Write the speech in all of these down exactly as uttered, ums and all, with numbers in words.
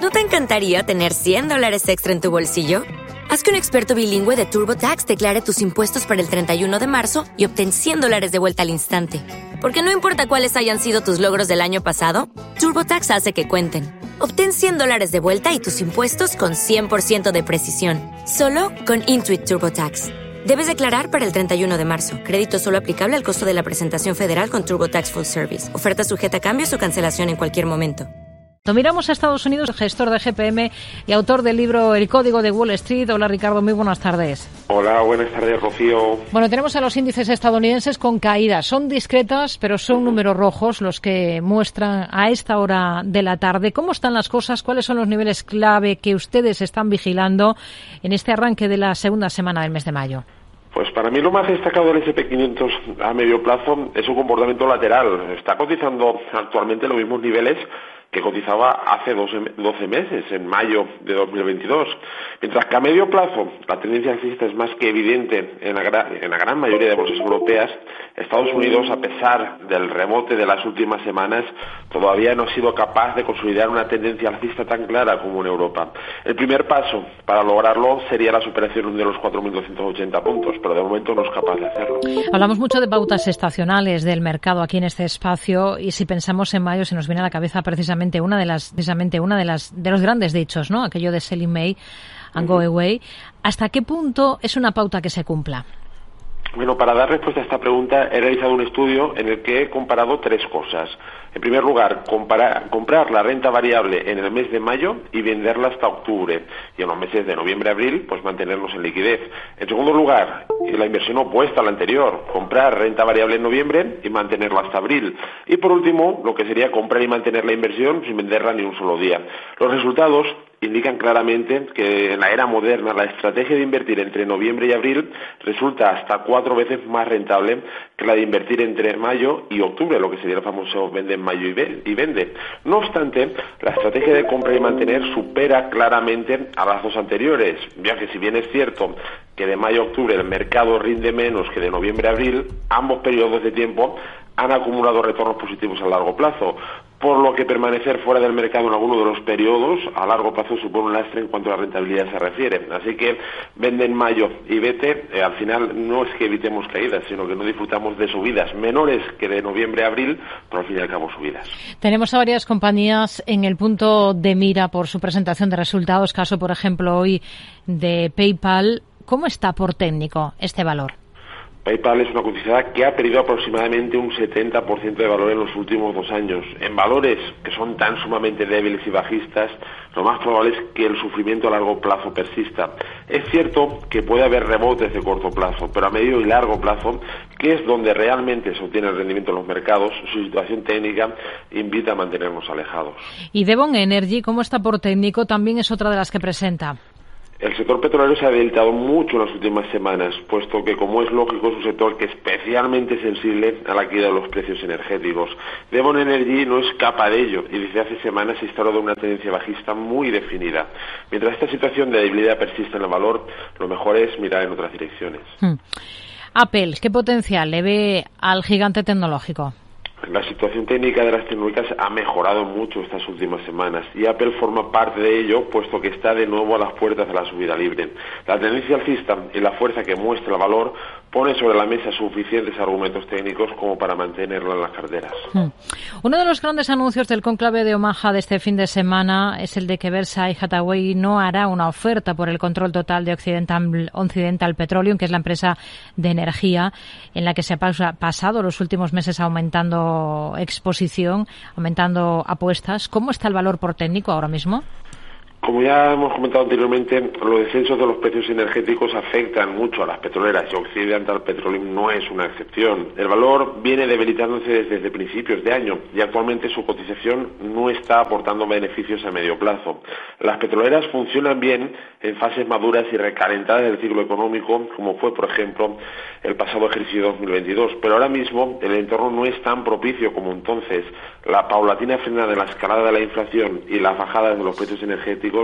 ¿No te encantaría tener cien dólares extra en tu bolsillo? Haz que un experto bilingüe de TurboTax declare tus impuestos para el treinta y uno de marzo y obtén cien dólares de vuelta al instante. Porque no importa cuáles hayan sido tus logros del año pasado, TurboTax hace que cuenten. Obtén cien dólares de vuelta y tus impuestos con cien por ciento de precisión. Solo con Intuit TurboTax. Debes declarar para el treinta y uno de marzo. Crédito solo aplicable al costo de la presentación federal con TurboTax Full Service. Oferta sujeta a cambios o cancelación en cualquier momento. Miramos a Estados Unidos, gestor de G P M y autor del libro El Código de Wall Street. Hola Ricardo, muy buenas tardes. Hola, buenas tardes Rocío. Bueno, tenemos a los índices estadounidenses con caídas. Son discretas, pero son números rojos los que muestran a esta hora de la tarde. ¿Cómo están las cosas? ¿Cuáles son los niveles clave que ustedes están vigilando en este arranque de la segunda semana del mes de mayo? Pues para mí lo más destacado del ese and pe quinientos a medio plazo es su comportamiento lateral. Está cotizando actualmente los mismos niveles que cotizaba hace doce meses, en mayo de dos mil veintidós. Mientras que a medio plazo la tendencia alcista es más que evidente en la, gran, en la gran mayoría de bolsas europeas, Estados Unidos, a pesar del rebote de las últimas semanas, todavía no ha sido capaz de consolidar una tendencia alcista tan clara como en Europa. El primer paso para lograrlo sería la superación de los cuatro mil doscientos ochenta puntos, pero de momento no es capaz de hacerlo. Hablamos mucho de pautas estacionales del mercado aquí en este espacio, y si pensamos en mayo se nos viene a la cabeza precisamente una de las precisamente una de las de los grandes dichos, ¿no? Aquello de sell in May and go away. ¿Hasta qué punto es una pauta que se cumpla? Bueno, para dar respuesta a esta pregunta he realizado un estudio en el que he comparado tres cosas. En primer lugar, comparar, comprar la renta variable en el mes de mayo y venderla hasta octubre. Y en los meses de noviembre a abril, pues mantenerlos en liquidez. En segundo lugar, la inversión opuesta a la anterior. Comprar renta variable en noviembre y mantenerla hasta abril. Y por último, lo que sería comprar y mantener la inversión sin venderla ni un solo día. Los resultados indican claramente que en la era moderna la estrategia de invertir entre noviembre y abril resulta hasta cuatro veces más rentable que la de invertir entre mayo y octubre, lo que sería el famoso vende en mayo y vende. No obstante, la estrategia de compra y mantener supera claramente a las dos anteriores, ya que si bien es cierto que de mayo a octubre el mercado rinde menos que de noviembre a abril, ambos periodos de tiempo han acumulado retornos positivos a largo plazo, por lo que permanecer fuera del mercado en alguno de los periodos a largo plazo supone un lastre en cuanto a la rentabilidad se refiere. Así que vende en mayo y vete, eh, al final no es que evitemos caídas, sino que no disfrutamos de subidas menores que de noviembre a abril, pero al fin y al cabo subidas. Tenemos a varias compañías en el punto de mira por su presentación de resultados, caso por ejemplo hoy de PayPal. ¿Cómo está por técnico este valor? PayPal es una cotizada que ha perdido aproximadamente un setenta por ciento de valor en los últimos dos años. En valores que son tan sumamente débiles y bajistas, lo más probable es que el sufrimiento a largo plazo persista. Es cierto que puede haber rebotes de corto plazo, pero a medio y largo plazo, que es donde realmente se obtiene el rendimiento en los mercados, su situación técnica invita a mantenernos alejados. Y Devon Energy, ¿cómo está por técnico? También es otra de las que presenta. El sector petrolero se ha debilitado mucho en las últimas semanas, puesto que, como es lógico, es un sector que es especialmente sensible a la caída de los precios energéticos. Devon Energy no escapa de ello y desde hace semanas se instauró de una tendencia bajista muy definida. Mientras esta situación de debilidad persiste en el valor, lo mejor es mirar en otras direcciones. Hmm. Apple, ¿qué potencial le ve al gigante tecnológico? La situación técnica de las tecnológicas ha mejorado mucho estas últimas semanas y Apple forma parte de ello, puesto que está de nuevo a las puertas de la subida libre. La tendencia alcista y la fuerza que muestra el valor pone sobre la mesa suficientes argumentos técnicos como para mantenerlo en las carteras. Hmm. Uno de los grandes anuncios del cónclave de Omaha de este fin de semana es el de que Berkshire Hathaway no hará una oferta por el control total de Occidental, Occidental Petroleum, que es la empresa de energía en la que se ha pasado los últimos meses aumentando exposición, aumentando apuestas. ¿Cómo está el valor por técnico ahora mismo? Como ya hemos comentado anteriormente, los descensos de los precios energéticos afectan mucho a las petroleras y Occidental Petroleum no es una excepción. El valor viene debilitándose desde, desde principios de año y actualmente su cotización no está aportando beneficios a medio plazo. Las petroleras funcionan bien en fases maduras y recalentadas del ciclo económico, como fue, por ejemplo, el pasado ejercicio dos mil veintidós, pero ahora mismo el entorno no es tan propicio como entonces. La paulatina frenada de la escalada de la inflación y las bajadas de los precios energéticos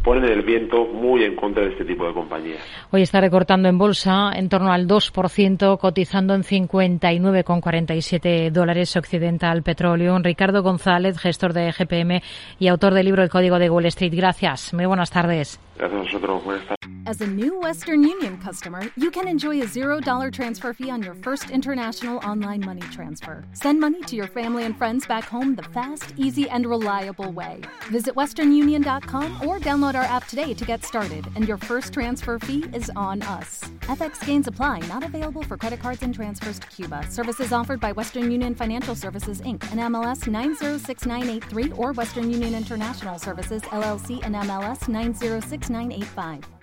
ponen el viento muy en contra de este tipo de compañías. Hoy está recortando en bolsa en torno al dos por ciento, cotizando en cincuenta y nueve con cuarenta y siete dólares Occidental Petroleum. Ricardo González, gestor de G P M y autor del libro El Código de Wall Street. Gracias. Muy buenas tardes. Gracias a vosotros. Buenas tardes. As a new Western Union customer, you can enjoy a zero dollar transfer fee on your first international online money transfer. Send money to your family and friends back home the fast, easy, and reliable way. Visit western union dot com or download our app today to get started, and your first transfer fee is on us. F X gains apply, not available for credit cards and transfers to Cuba. Services offered by Western Union Financial Services, Incorporated, and M L S nine zero six nine eight three, or Western Union International Services, L L C, and M L S nine zero six nine eight five.